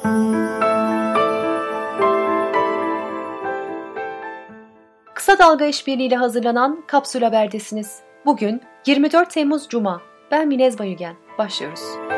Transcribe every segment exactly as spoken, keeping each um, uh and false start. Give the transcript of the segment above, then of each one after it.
Kısa Dalga İşbirliği'yle hazırlanan Kapsül Haber'desiniz. Bugün yirmi dört Temmuz Cuma. Ben Minez Bayügen. Başlıyoruz.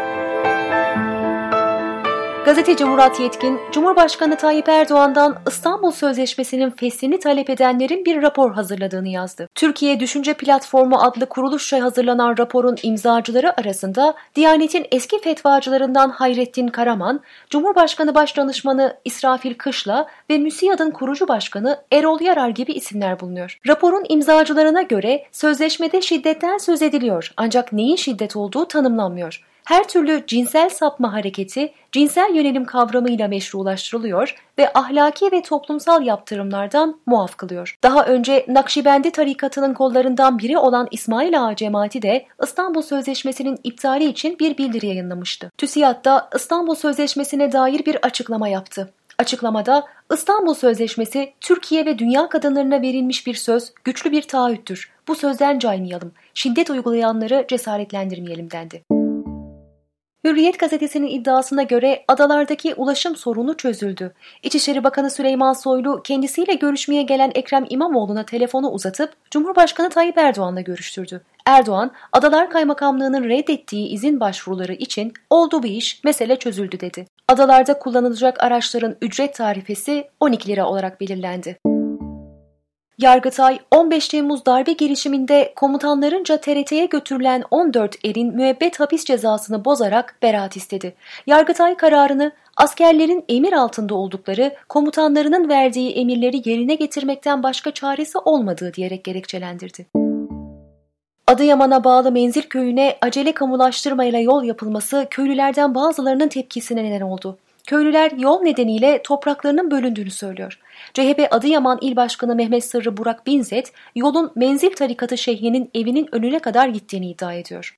Gazeteci Murat Yetkin, Cumhurbaşkanı Tayyip Erdoğan'dan İstanbul Sözleşmesi'nin feslini talep edenlerin bir rapor hazırladığını yazdı. Türkiye Düşünce Platformu adlı kuruluşça hazırlanan raporun imzacıları arasında Diyanet'in eski fetvacılarından Hayrettin Karaman, Cumhurbaşkanı Başdanışmanı İsrafil Kışla ve MÜSİAD'ın kurucu başkanı Erol Yarar gibi isimler bulunuyor. Raporun imzacılarına göre sözleşmede şiddetten söz ediliyor, ancak neyin şiddet olduğu tanımlanmıyor. Her türlü cinsel sapma hareketi cinsel yönelim kavramıyla meşrulaştırılıyor ve ahlaki ve toplumsal yaptırımlardan muaf kılıyor. Daha önce Nakşibendi tarikatının kollarından biri olan İsmail Ağa cemaati de İstanbul Sözleşmesi'nin iptali için bir bildiri yayınlamıştı. TÜSİAD da İstanbul Sözleşmesi'ne dair bir açıklama yaptı. Açıklamada İstanbul Sözleşmesi Türkiye ve dünya kadınlarına verilmiş bir söz, güçlü bir taahhüttür. Bu sözden caymayalım, şiddet uygulayanları cesaretlendirmeyelim dendi. Hürriyet gazetesinin iddiasına göre adalardaki ulaşım sorunu çözüldü. İçişleri Bakanı Süleyman Soylu kendisiyle görüşmeye gelen Ekrem İmamoğlu'na telefonu uzatıp Cumhurbaşkanı Tayyip Erdoğan'la görüştürdü. Erdoğan, Adalar Kaymakamlığı'nın reddettiği izin başvuruları için oldu bir iş, mesele çözüldü dedi. Adalarda kullanılacak araçların ücret tarifesi on iki lira olarak belirlendi. Yargıtay, on beş Temmuz darbe girişiminde komutanlarınca T R T'ye götürülen on dört erin müebbet hapis cezasını bozarak beraat istedi. Yargıtay kararını askerlerin emir altında oldukları, komutanlarının verdiği emirleri yerine getirmekten başka çaresi olmadığı diyerek gerekçelendirdi. Adıyaman'a bağlı Menzil köyüne acele kamulaştırmayla yol yapılması köylülerden bazılarının tepkisine neden oldu. Köylüler yol nedeniyle topraklarının bölündüğünü söylüyor. C H P Adıyaman İl Başkanı Mehmet Sırrı Burak Binzet, yolun Menzil tarikatı şeyhinin evinin önüne kadar gittiğini iddia ediyor.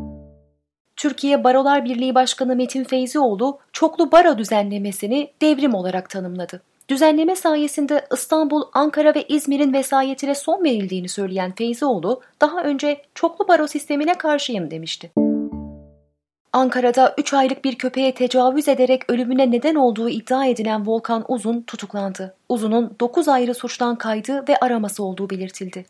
Türkiye Barolar Birliği Başkanı Metin Feyzioğlu, çoklu baro düzenlemesini devrim olarak tanımladı. Düzenleme sayesinde İstanbul, Ankara ve İzmir'in vesayetine son verildiğini söyleyen Feyzioğlu, daha önce çoklu baro sistemine karşıyım demişti. Ankara'da üç aylık bir köpeğe tecavüz ederek ölümüne neden olduğu iddia edilen Volkan Uzun tutuklandı. Uzun'un dokuz ayrı suçtan kaydı ve araması olduğu belirtildi.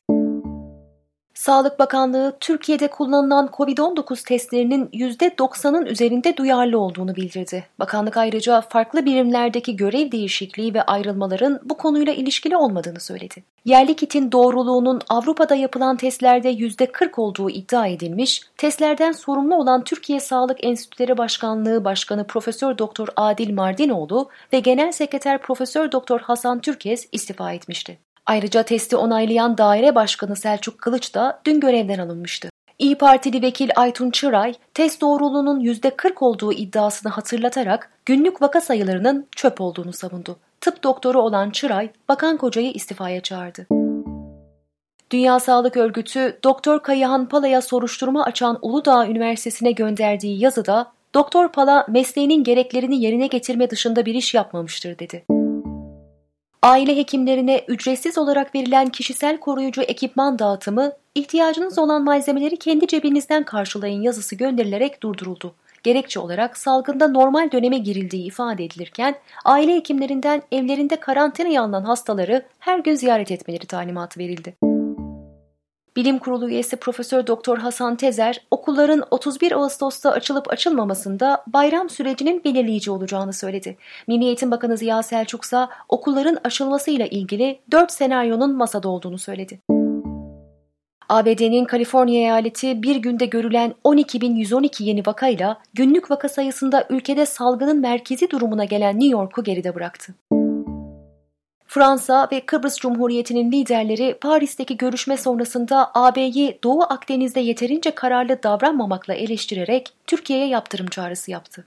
Sağlık Bakanlığı, Türkiye'de kullanılan kovid on dokuz testlerinin yüzde doksanın üzerinde duyarlı olduğunu bildirdi. Bakanlık ayrıca farklı birimlerdeki görev değişikliği ve ayrılmaların bu konuyla ilişkili olmadığını söyledi. Yerli kitin doğruluğunun Avrupa'da yapılan testlerde yüzde kırk olduğu iddia edilmiş, testlerden sorumlu olan Türkiye Sağlık Enstitüleri Başkanlığı Başkanı Profesör Doktor Adil Mardinoğlu ve Genel Sekreter Profesör Doktor Hasan Türkes istifa etmişti. Ayrıca testi onaylayan Daire Başkanı Selçuk Kılıç da dün görevden alınmıştı. İYİ Partili vekil Aytun Çıray, test doğruluğunun yüzde kırk olduğu iddiasını hatırlatarak günlük vaka sayılarının çöp olduğunu savundu. Tıp doktoru olan Çıray, Bakan Koca'yı istifaya çağırdı. Dünya Sağlık Örgütü, Doktor Kayahan Pala'ya soruşturma açan Uludağ Üniversitesi'ne gönderdiği yazıda, Doktor Pala mesleğinin gereklerini yerine getirme dışında bir iş yapmamıştır dedi. Aile hekimlerine ücretsiz olarak verilen kişisel koruyucu ekipman dağıtımı, ihtiyacınız olan malzemeleri kendi cebinizden karşılayın yazısı gönderilerek durduruldu. Gerekçe olarak salgında normal döneme girildiği ifade edilirken, aile hekimlerinden evlerinde karantinaya alınan hastaları her gün ziyaret etmeleri talimatı verildi. Bilim Kurulu üyesi Profesör Doktor Hasan Tezer, okulların otuz bir Ağustos'ta açılıp açılmamasında bayram sürecinin belirleyici olacağını söyledi. Milli Eğitim Bakanı Ziya Selçuk ise okulların açılmasıyla ilgili dört senaryonun masada olduğunu söyledi. A B D'nin Kaliforniya eyaleti bir günde görülen on iki bin yüz on iki yeni vakayla günlük vaka sayısında ülkede salgının merkezi durumuna gelen New York'u geride bıraktı. Fransa ve Kıbrıs Cumhuriyeti'nin liderleri Paris'teki görüşme sonrasında A B'yi Doğu Akdeniz'de yeterince kararlı davranmamakla eleştirerek Türkiye'ye yaptırım çağrısı yaptı.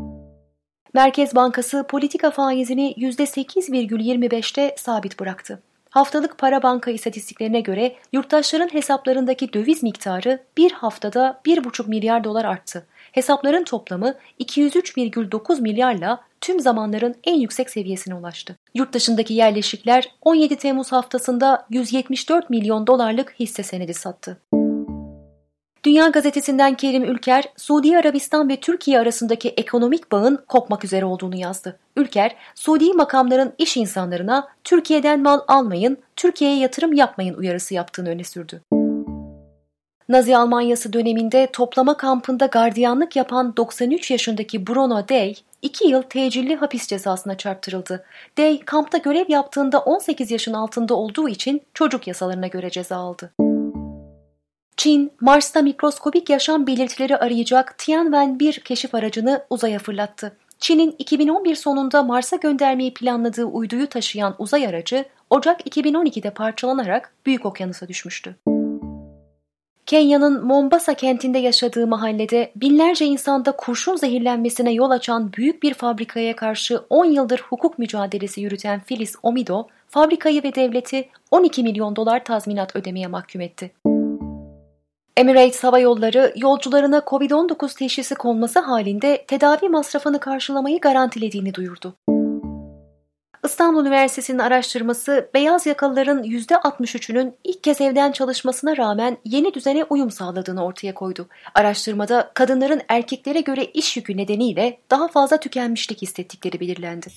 Merkez Bankası politika faizini yüzde sekiz virgül yirmi beşte sabit bıraktı. Haftalık para banka istatistiklerine göre yurttaşların hesaplarındaki döviz miktarı bir haftada bir buçuk milyar dolar arttı. Hesapların toplamı iki yüz üç virgül dokuz milyarla tüm zamanların en yüksek seviyesine ulaştı. Yurt dışındaki yerleşikler on yedi Temmuz haftasında yüz yetmiş dört milyon dolarlık hisse senedi sattı. Dünya Gazetesi'nden Kerim Ülker, Suudi Arabistan ve Türkiye arasındaki ekonomik bağın kopmak üzere olduğunu yazdı. Ülker, Suudi makamların iş insanlarına Türkiye'den mal almayın, Türkiye'ye yatırım yapmayın uyarısı yaptığını öne sürdü. Nazi Almanyası döneminde toplama kampında gardiyanlık yapan doksan üç yaşındaki Bruno Dey, iki yıl tecilli hapis cezasına çarptırıldı. Dey, kampta görev yaptığında on sekiz yaşın altında olduğu için çocuk yasalarına göre ceza aldı. Çin, Mars'ta mikroskobik yaşam belirtileri arayacak Tianwen bir keşif aracını uzaya fırlattı. Çin'in iki bin on bir sonunda Mars'a göndermeyi planladığı uyduyu taşıyan uzay aracı, Ocak iki bin on ikide parçalanarak Büyük Okyanus'a düşmüştü. Kenya'nın Mombasa kentinde yaşadığı mahallede binlerce insanda kurşun zehirlenmesine yol açan büyük bir fabrikaya karşı on yıldır hukuk mücadelesi yürüten Phyllis Omido, fabrikayı ve devleti on iki milyon dolar tazminat ödemeye mahkum etti. Emirates Hava Yolları, yolcularına kovid on dokuz teşhisi konması halinde tedavi masrafını karşılamayı garantilediğini duyurdu. İstanbul Üniversitesi'nin araştırması, beyaz yakalıların yüzde altmış üçünün ilk kez evden çalışmasına rağmen yeni düzene uyum sağladığını ortaya koydu. Araştırmada kadınların erkeklere göre iş yükü nedeniyle daha fazla tükenmişlik hissettikleri belirlendi.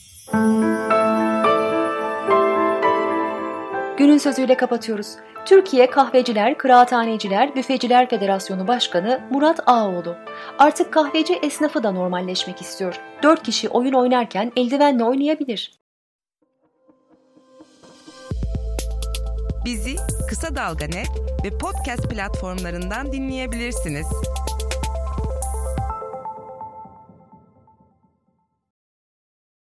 Günün sözüyle kapatıyoruz. Türkiye Kahveciler, Kıraathaneciler, Büfeciler Federasyonu Başkanı Murat Ağaoğlu. Artık kahveci esnafı da normalleşmek istiyor. Dört kişi oyun oynarken eldivenle oynayabilir. Bizi Kısa Dalga Net ve podcast platformlarından dinleyebilirsiniz.